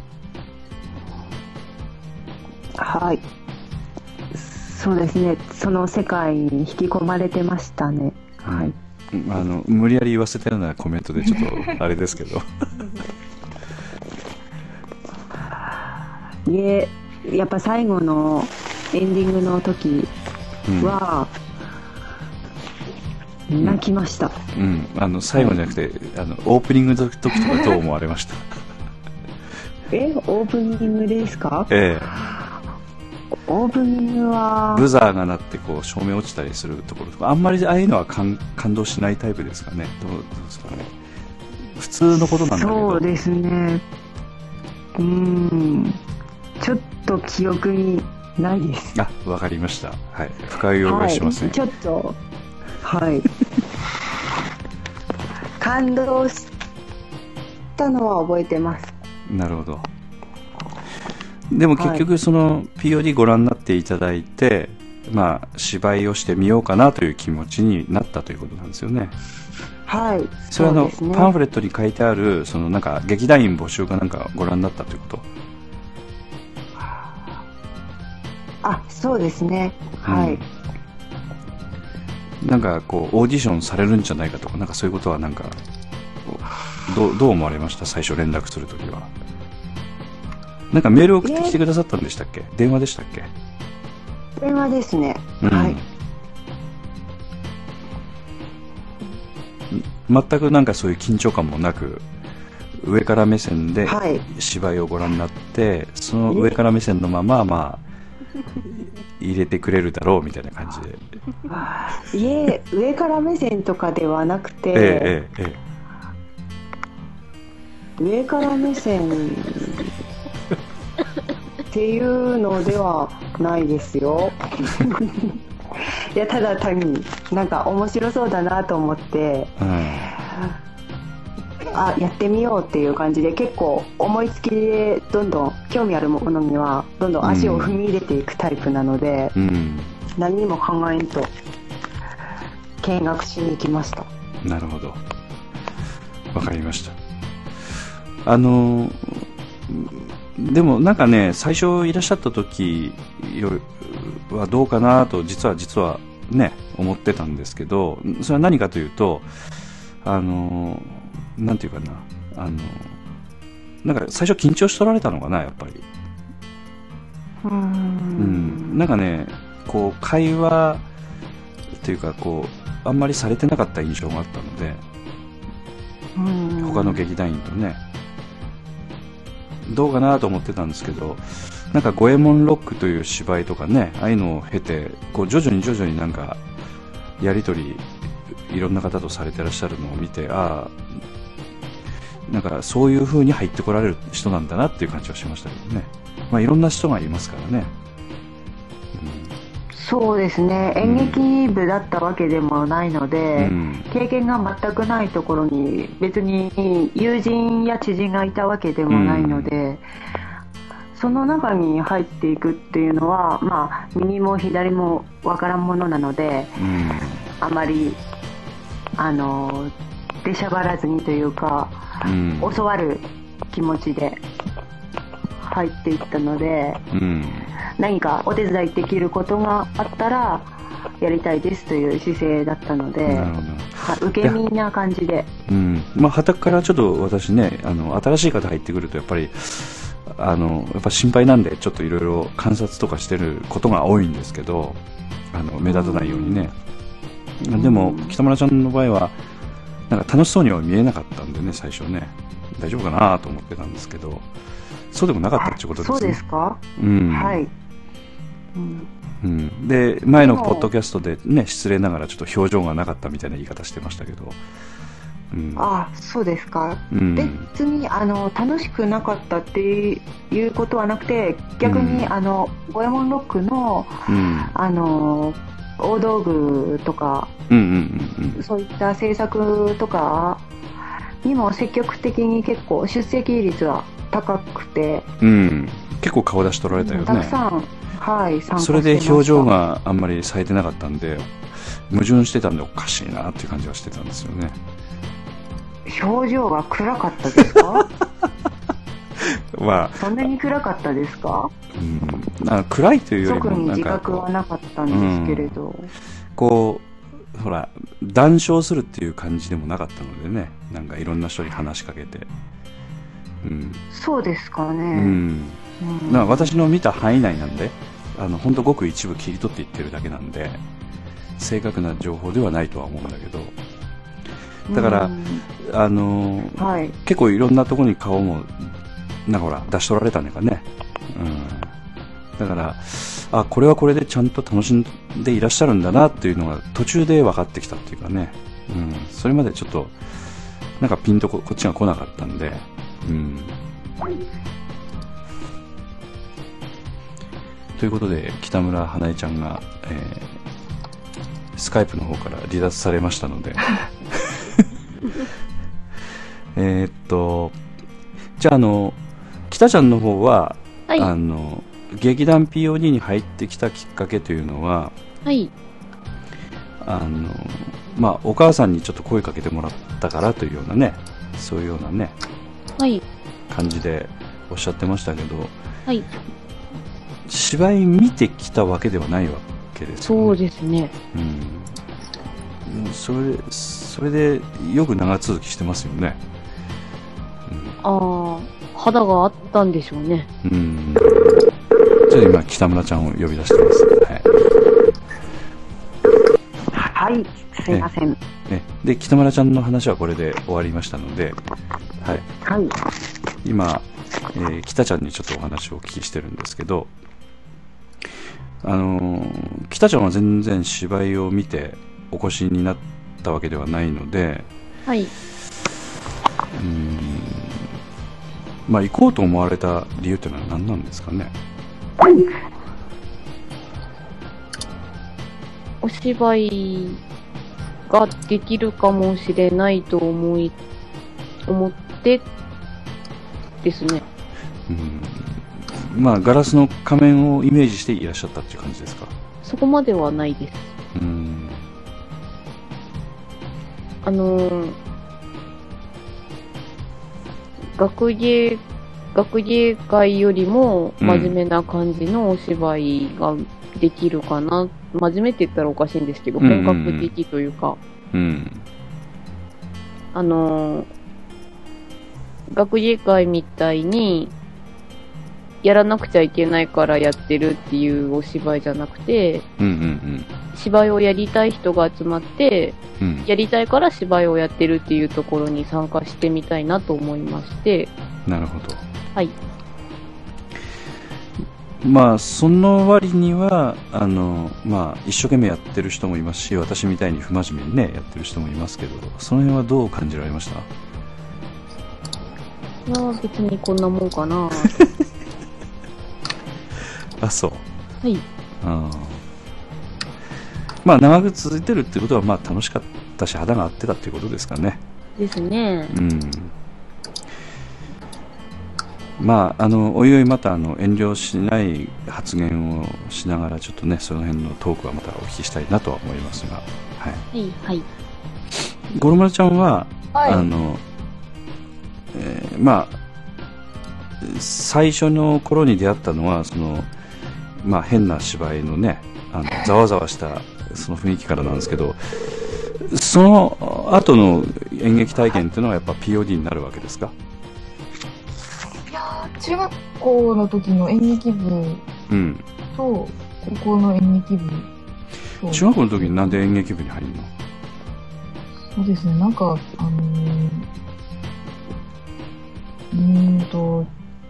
はい、そうですね、その世界に引き込まれてましたね。はい、 うん、あの無理やり言わせたようなコメントでちょっとあれですけど。 いえ、やっぱ最後のエンディングの時は、うん、泣きました。 うん、あの最後じゃなくて、あのオープニングの時とかどう思われました？ え、オープニングですか？ ええ。 オープニングはブザーが鳴ってこう照明落ちたりするところとか、あんまりああいうのは感感動しないタイプですかね。どう、どうですかね。普通のことなんだけど。 そうですね。うーん。ちょっと記憶にないです。 あ、わかりました。はい。深いお願いしますね。 はい、ちょっとはい感動したのは覚えてます。 なるほど。でも結局その ピーオーディー ご覧になっていただいて、まあ芝居をしてみようかなという気持ちになったということなんですよね。 はい。 それはあの、ね、パンフレットに書いてあるそのなんか劇団員募集かなんかご覧になったということ？ あ、そうですね。はい。 うん、なんかこうオーディションされるんじゃないかとか、なんかそういうことはなんかどうどう思われました？最初連絡するときは。なんかメールを送ってきてくださったんでしたっけ？電話でしたっけ？ 電話ですね。うん、はい。 全くなんかそういう緊張感もなく、上から目線で芝居をご覧になって、はい、その上から目線のまままあ入れてくれるだろうみたいな感じで。いえ、上から目線とかではなくて、ええええ、上から目線っていうのではないですよ。いや、ただ単になんか面白そうだなと思って、うん、あ、やってみようっていう感じで、結構思いつきでどんどん興味あるものにはどんどん足を踏み入れていくタイプなので、うん、何にも考えんと見学しに行きました。 なるほど、わかりました。あのでもなんかね、最初いらっしゃった時はどうかなと実は実はね思ってたんですけど、それは何かというと、あのなんていうかな、あのなんか最初緊張しとられたのかな、やっぱり。うーん、うん、なんかね、こう会話というかこうあんまりされてなかった印象があったので、うーん、他の劇団員とねどうかなと思ってたんですけど、なんか五右衛門ロックという芝居とかね、ああいうのを経てこう徐々に徐々になんかやり取りいろんな方とされてらっしゃるのを見て、ああ、なんかそういう風に入ってこられる人なんだなっていう感じはしましたけどね。まあいろんな人がいますからね。 うん、そうですね、演劇部だったわけでもないので、うん、経験が全くないところに別に友人や知人がいたわけでもないので、うん、その中に入っていくっていうのは、まあ、右も左もわからんものなので、うん、あまりあの出しゃばらずにというか、うん、教わる気持ちで入っていったので、うん、何かお手伝いできることがあったらやりたいですという姿勢だったので、受け身な感じで、 うん、まあ傍からちょっと私ね、あの新しい方入ってくるとやっぱりあのやっぱ心配なんで、ちょっといろいろ観察とかしてることが多いんですけど、あの目立たないようにね、うん、でも北村ちゃんの場合はなんか楽しそうには見えなかったんでね、最初ね大丈夫かなと思ってたんですけど、そうでもなかったっていうことですね。 そうですか、 うん、 はい、 うんうん、で前のポッドキャストでね、失礼ながらちょっと表情がなかったみたいな言い方してましたけど、 うん、ああ、そうですか、うん、別にあの楽しくなかったっていうことはなくて、逆に、うん、あの五右衛門ロックの、うん、あの大道具とか、うんうんうんうん、そういった制作とかにも積極的に結構出席率は高くて、 うん、結構顔出し取られたよね、 たくさん、はい、参加してました。 それで表情があんまりされてなかったんで、矛盾してたんでおかしいなっていう感じはしてたんですよね。 表情が暗かったですか？ まあ、 そんなに暗かったですか？ うん、なんか暗いというよりも特に自覚はなかったんですけれど、うん、 こうほら談笑するっていう感じでもなかったのでね、なんかいろんな人に話しかけて、うん、 そうですかね、 うんうん、なんか私の見た範囲内なんで、あの本当ごく一部切り取っていってるだけなんで正確な情報ではないとは思うんだけど、だから、うん、あのーはい、結構いろんなところに顔もなんかほら出し取られたんだからね、うん、だからあこれはこれでちゃんと楽しんでいらっしゃるんだなっていうのが途中で分かってきたっていうかね、うん、それまでちょっとなんかピンと こ, こっちが来なかったんで、うん、ということで北村花江ちゃんが、えー、スカイプの方から離脱されましたのでえっとじゃあ、あの北ちゃんの方は、はい、あの劇団 ピーオーディー に入ってきたきっかけというのは、 はい、 あのまあ、お母さんにちょっと声かけてもらったからというようなね、そういうようなね、 はい、 感じでおっしゃってましたけど、 はい、 芝居見てきたわけではないわけですよね。 そうですね、 うん、それそれでよく長続きしてますよね、 うん、ああ肌があったんでしょうね。 うん、じゃあ今北村ちゃんを呼び出してます、 はい、はい、すいません、ねね、で北村ちゃんの話はこれで終わりましたので、はい、 はい、 今、えー、北ちゃんにちょっとお話をお聞きしてるんですけど、あのー、北ちゃんは全然芝居を見てお越しになったわけではないので、 はい、 うーん、まあ行こうと思われた理由というのは何なんですかね。 お芝居ができるかもしれないと思い、思ってですね。 うん。まあ、ガラスの仮面をイメージしていらっしゃったっていう感じですか？ そこまではないです。 うん。 あのー、学芸、学芸会よりも真面目な感じのお芝居ができるかな。うん、真面目って言ったらおかしいんですけど、本格的というか。 うんうんうん、 あのー、学芸会みたいに、やらなくちゃいけないからやってるっていうお芝居じゃなくて、 うんうんうん、 芝居をやりたい人が集まって、うん、やりたいから芝居をやってるっていうところに参加してみたいなと思いまして。 なるほど。 はい。 まあ、その割には、あの、まあ、一生懸命やってる人もいますし、私みたいに不真面目にね、やってる人もいますけど、その辺はどう感じられました？ いや、別にこんなもんかなあ、そう。 はい。 あ、まあ、長く続いてるってことは、まあ、楽しかったし、肌が合ってたっていうことですかね。 ですね。 うん。まあ、あの、おいおいまた、あの、遠慮しない発言をしながら、ちょっとね、その辺のトークはまたお聞きしたいなとは思いますが。はい。 はい、はい。 ゴロマルちゃんは、 はい、 あの、えー、まあ、最初の頃に出会ったのは、その、まあ、変な芝居のね、あのざわざわしたその雰囲気からなんですけど、その後の演劇体験っていうのはやっぱ ピーオーディー になるわけですか？ いやー、中学校の時の演劇部と高校の演劇部、 うん、中学校の時になんで演劇部に入るの？ そうですね、なんかあのー、うーんと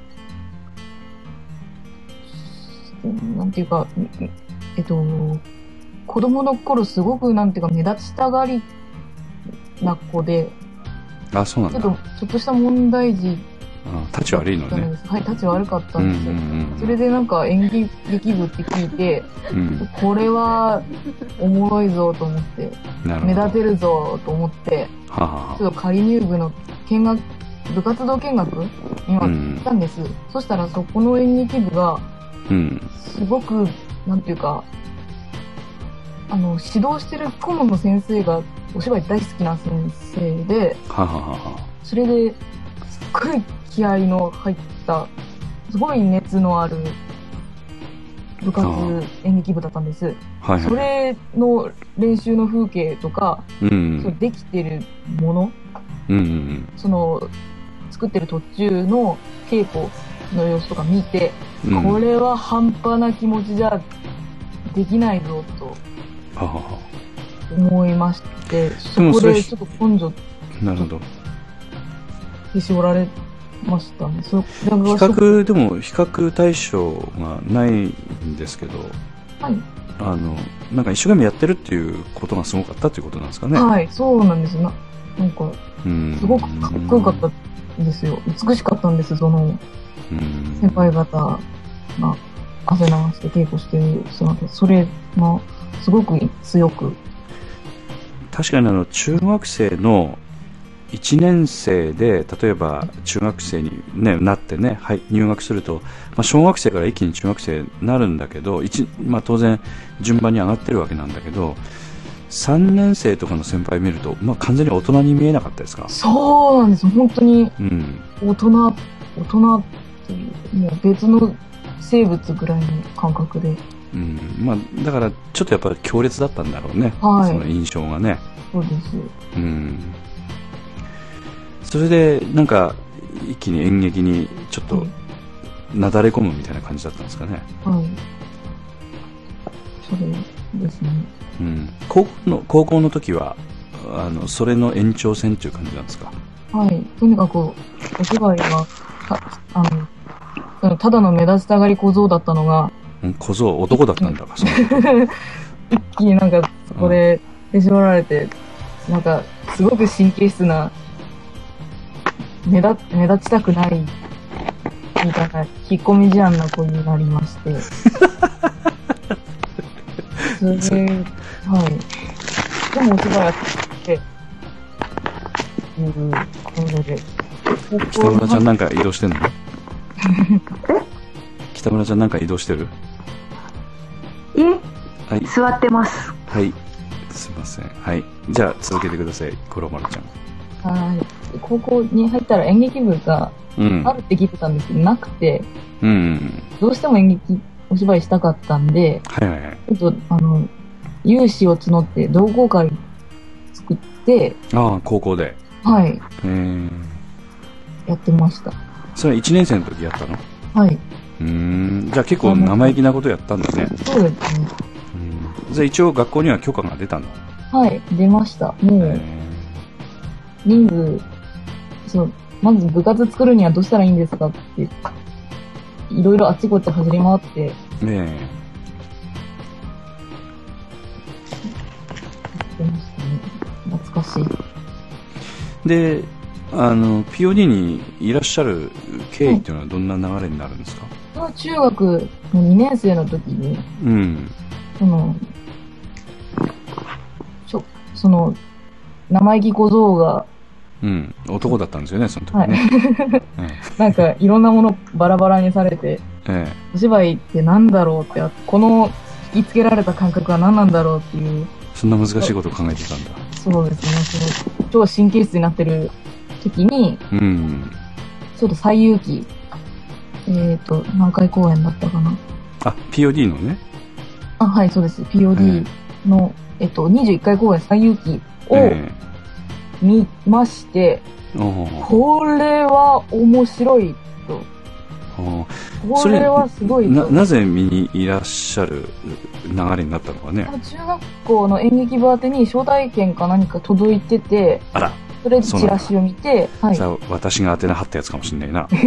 なんていうか、えっと、子供の頃すごくなんていうか目立ちたがりな子で、 あ、そうなんだ。 ちょっと、ちょっとした問題児。 あ、立ち悪いのね。 はい、立ち悪かったんですよ。うんうんうん、それでなんか演劇部って聞いて、うん、これはおもろいぞと思って、目立てるぞと思って、はははちょっと仮入部の見学、部活動見学には行ったんです。うん、そしたらそこの演劇部が、うん、すごく、なんていうか、あの、指導してる顧問の先生がお芝居大好きな先生で、はははそれで、すっごい気合の入った、すごい熱のある部活演劇部だったんです。はいはい、それの練習の風景とか、うん、そできてるもの、うんうんうん、その、作ってる途中の稽古の様子とか見て、うん、これは半端な気持ちじゃできないぞと思いまして、そこでちょっと根性なるほどへし折られましたね。そ比較でも比較対象がないんですけど、はい、あのなんか一生懸命やってるっていうことがすごかったっていうことなんですかね。 はい、そうなんですな。なんかすごくかっこよかったんですよ。美しかったんです。その先輩方が汗流して稽古してる姿、それがすごく強く。 確かにあの中学生のいちねん生で例えば中学生に、ね、なってね、はい、入学すると、まあ、小学生から一気に中学生になるんだけど、まあ、当然順番に上がってるわけなんだけど、さんねん生とかの先輩見ると、まあ、完全に大人に見えなかったですか？ そうなんです。本当に大人、うん、大人っていうもう別の生物ぐらいの感覚で、 うん、まあ、だからちょっとやっぱり強烈だったんだろうね、はい、その印象がね。 そうです、 うん、それでなんか一気に演劇にちょっとなだれ込むみたいな感じだったんですかね。 はい、それですね。 うん、高校の高校の時はあのそれの延長線っていう感じなんですか？ はい、とにかくお芝居はあのただの目立ちたがり小僧だったのが、 うん、小僧男だったんだか、そ一気になんかそこでへし折られて、うん、なんかすごく神経質な目立目立ちたくないみたいな、引っ込み思案な子になりまして。それで、はい。でもお芝居やって、いう感じで。 北村ちゃんなんか移動してんの？北村ちゃんなんか移動してる？ いえ、はい、座ってます。 はい。すいません。はい。じゃあ続けてください、コロマルちゃん。 はい。高校に入ったら演劇部があるって聞いてたんですけど、うん、なくて、うん、どうしても演劇お芝居したかったんで、はいはいはい、ちょっとあの有志を募って同好会作って、 ああ、高校で、 はい、えやってました。 それはいちねん生の時やったの？ はい。 うーん、じゃあ結構生意気なことやったんだね。 そうですね。 うん、じゃあ一応学校には許可が出たの？ はい、出ました。もう人数、そう、まず部活作るにはどうしたらいいんですかって、いろいろあっちこっち走り回って。ねえ。やってましたね。懐かしい。 で、あの、ピーオーディー にいらっしゃる経緯っていうのはどんな流れになるんですか？ はい、中学のにねん生の時に、うん。その、ちょ、その、生意気小僧が、 うん、男だったんですよね、その時ね。はいうん、なんか、いろんなものバラバラにされて、ええ、お芝居って何だろうって、この引きつけられた感覚は何なんだろうっていう。 そんな難しいことを考えてたんだ。 そうですね、その超神経質になってる時に、うん、ちょっと最有機、えっ、ー、と、何回公演だったかな。 あ、ピーオーディー のね。 あ、はい、そうです。ピーオーディー の、えっ、ー、と、にじゅういっかい公演最有機を、えー見まして、これは面白いと。これはすごいと。 な、なぜ見にいらっしゃる流れになったのかね。 中学校の演劇部宛てに招待券か何か届いてて、あら、それでチラシを見て、 はい。さあ、私が宛名貼ったやつかもしれないな。うん。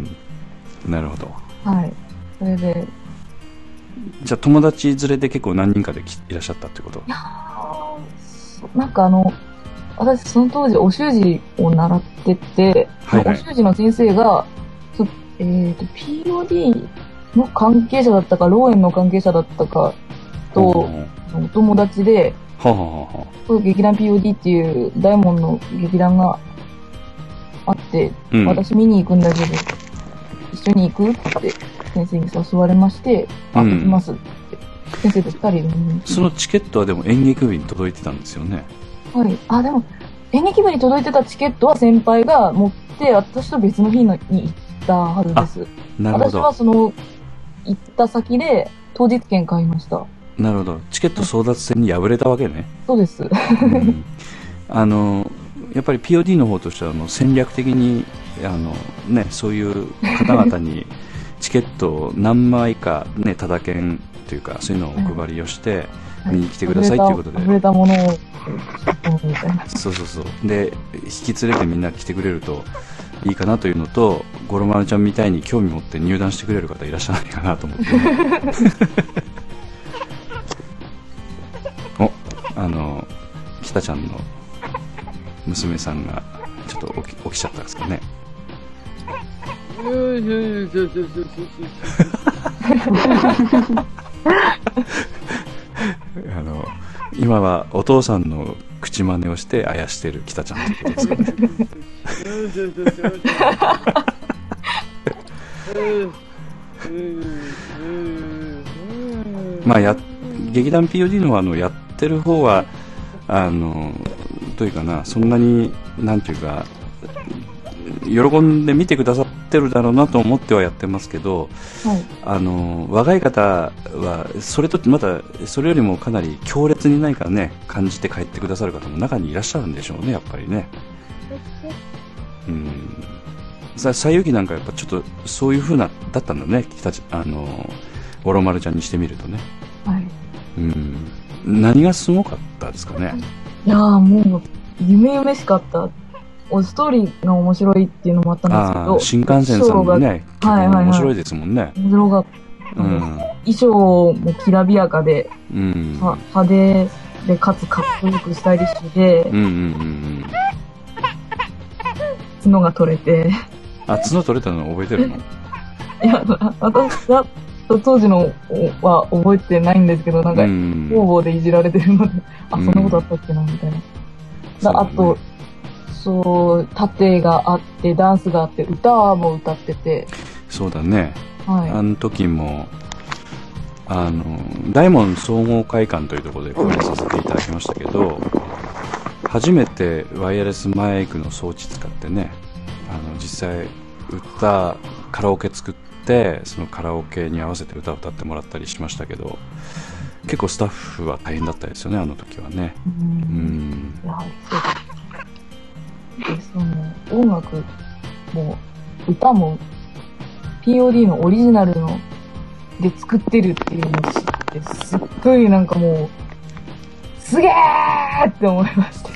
なるほど。 はい。それで。 じゃあ友達連れで結構何人かでいらっしゃったってこと？いやー、なんかあの、私、その当時、お習字を習ってて、はいはい、お習字の先生が、えーと、ピーオーディー の関係者だったか、ローエンの関係者だったかと、お友達で、はははは劇団 ピーオーディー っていう大門の劇団があって、うん、私見に行くんだけど、一緒に行くって先生に誘われまして、うん、あ、行きますって。先生と二人で見に行き。 そのチケットはでも演劇部に届いてたんですよね。 はい。あ、でも、演劇部に届いてたチケットは先輩が持って、私と別の日に行ったはずです。なるほど。私はその、行った先で当日券買いました。 なるほど。チケット争奪戦に敗れたわけね。 そうです。うん、 あの、やっぱり ピーオーディー の方としては、あの戦略的に、あの、ね、そういう方々にチケットを何枚かね、タダ券というか、そういうのをお配りをして、見に来てくださいということで。 溢れたものを、 そうそうそう。で、引き連れてみんな来てくれるといいかなというのと、ゴロマルちゃんみたいに興味持って入団してくれる方いらっしゃらないかなと思って。お、あの、北ちゃんの娘さんがちょっと起き、起きちゃったんですかね。あの今はお父さんの口真似をしてあやしてる北ちゃんってことですかね。まあや劇団 ピーオーディー のあのやってる方はあのどういうかな、そんなになんていうか喜んで見てくださってるだろうなと思ってはやってますけど、はい、あの若い方はそれとまたそれよりもかなり強烈にないからね感じて帰ってくださる方も中にいらっしゃるんでしょうね、やっぱりね。うん。さ西遊記なんかやっぱちょっとそういう風なだったんだね、北あの五郎丸ちゃんにしてみるとね。はい。うん。何がすごかったですかね。 いやーもう夢々しかった。ストーリーが面白いっていうのもあったんですけど、 新幹線さんもね、はいはいはい、面白いですもんね。 面白かった、うん、衣装もきらびやかで、うん、派手でかつかっこよくスタイリッシュで、うんうんうんうん、角が取れて、 あ、角取れたの覚えてるの？ いや、私が当時のは覚えてないんですけど、なんか、方々でいじられてるので、あ、そんなことあったっけな、みたいな。だあと、そう、盾があって、ダンスがあって、歌も歌ってて。 そうだね。はい。あの時も、あの、大門総合会館というところで公演させていただきましたけど、初めてワイヤレスマイクの装置使ってね、あの、実際、歌、カラオケ作って、そのカラオケに合わせて歌を歌ってもらったりしましたけど、結構スタッフは大変だったですよね、あの時はね。うん。 うん。やはりそうです。で、その、音楽も、歌も、ピーオーディー のオリジナルの、で作ってるっていうのを知って、すっごいなんかもう、すげーって思いまして。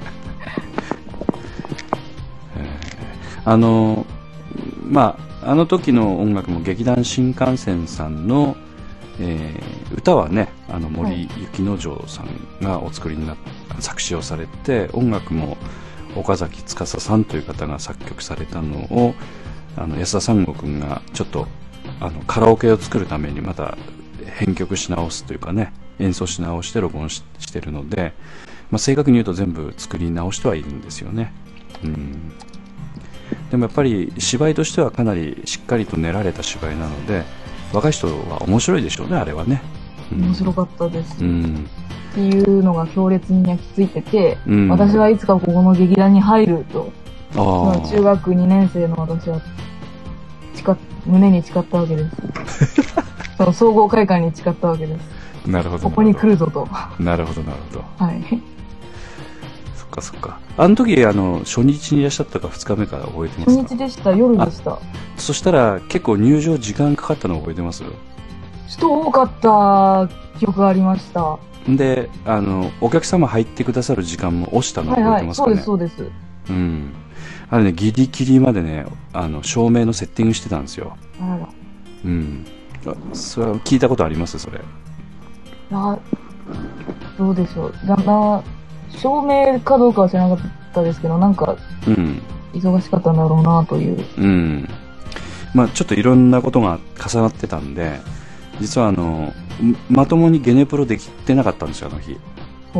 あの、まあ、あの時の音楽も劇団新幹線さんの、えー、歌はね、あの森雪之丞さんがお作りになっ作詞をされて、音楽も岡崎司さんという方が作曲されたのを、あの安田三悟君がちょっとあのカラオケを作るためにまた編曲し直すというかね、演奏し直して録音 し, してるので、まあ、正確に言うと全部作り直してはいるんですよね。うん、でもやっぱり芝居としてはかなりしっかりと練られた芝居なので、若い人は面白いでしょうね、あれはね。 うん、面白かったです、うん、っていうのが強烈に焼き付いてて、うん、私はいつかここの劇団に入ると、あ中学にねん生の私は誓胸に誓ったわけですその総合会館に誓ったわけです。 なるほど。 ここに来るぞと。 なるほどなるほど。 はい。 そっかそっか。あの時あの初日にいらっしゃったかふつかめから覚えてますか？ 初日でした。夜でした。 そしたら結構入場時間かかったの覚えてます？ 人多かった記憶がありました。 で、あのお客様入ってくださる時間も押したの覚えてますかね？ はいはい、そうですそうです。 うん。あれね、ギリギリまでね、あの照明のセッティングしてたんですよ。 あら。 うん。それは聞いたことあります？それ。 あ、どうでしょう。だな照明かどうかは知らなかったですけど、なんか、うん、忙しかったんだろうなという。 うん。まあちょっといろんなことが重なってたんで、実はあのまともにゲネプロできてなかったんですよ、あの日。 うん。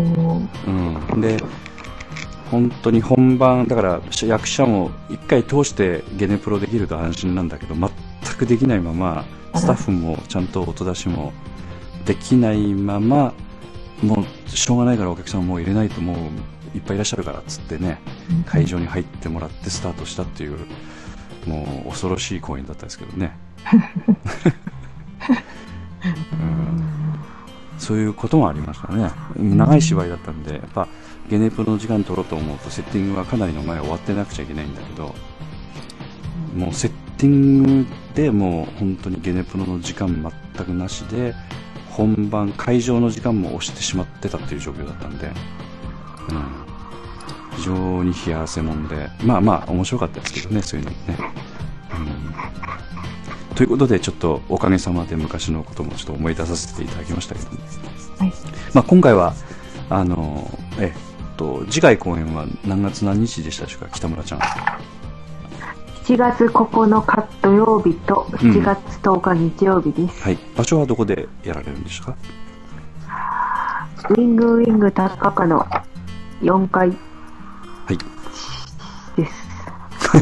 で。本当に本番だから役者も一回通してゲネプロできると安心なんだけど、全くできないままスタッフもちゃんと音出しもできないまま、もうしょうがないからお客さんもう入れないともういっぱいいらっしゃるからっつってね、会場に入ってもらってスタートしたっていう、もう恐ろしい公演だったんですけどね、うん、そういうこともありましたね。長い芝居だったんで、やっぱゲネプロの時間取ろうと思うとセッティングはかなりの前終わってなくちゃいけないんだけど、もうセッティングでもう本当にゲネプロの時間全くなしで、本番会場の時間も押してしまってたっていう状況だったんで、うん、非常に冷や汗もんで、まあまあ面白かったですけどね、そういうのね、うん、ということでちょっとおかげさまで昔のこともちょっと思い出させていただきましたけど、ね、はい、まあ、今回はあのえと次回公演は何月何日でしたでしょうか、北村ちゃん。 しちがつここのか土曜日としちがつとおか日曜日です、 うん、はい。場所はどこでやられるんでしたか？ ウィングウィング高岡のよんかいはいです、はい、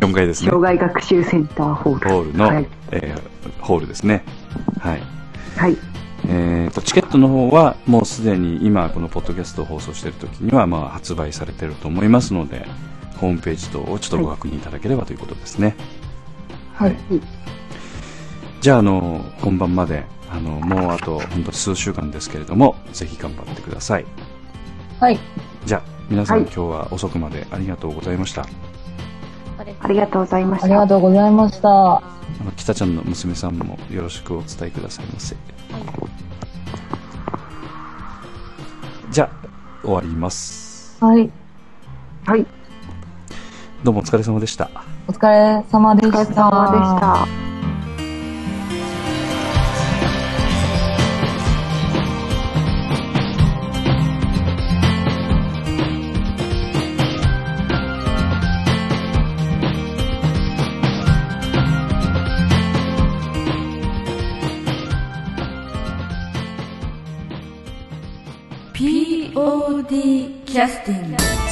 よんかいですね。 障害学習センターホールホールの、はい、えー、ホールですね。はい、 はい。 えーと、チケットの方はもうすでに今このポッドキャストを放送している時にはまあ発売されていると思いますので、ホームページ等をちょっとご確認いただければということですね。 はい。はい、 じゃあ、あの、本番まで、あの、もうあと本当に数週間ですけれども、ぜひ頑張ってください。 はい。 じゃあ、皆さん、はい、今日は遅くまでありがとうございました。 ありがとうございました。 ありがとうございました。あの、北ちゃんの娘さんもよろしくお伝えくださいませ。はい、じゃあ、終わります。 はい。 はい。 どうもお疲れ様でした。 お疲れ様でした。 お疲れ様でした。 オーディー キャスティング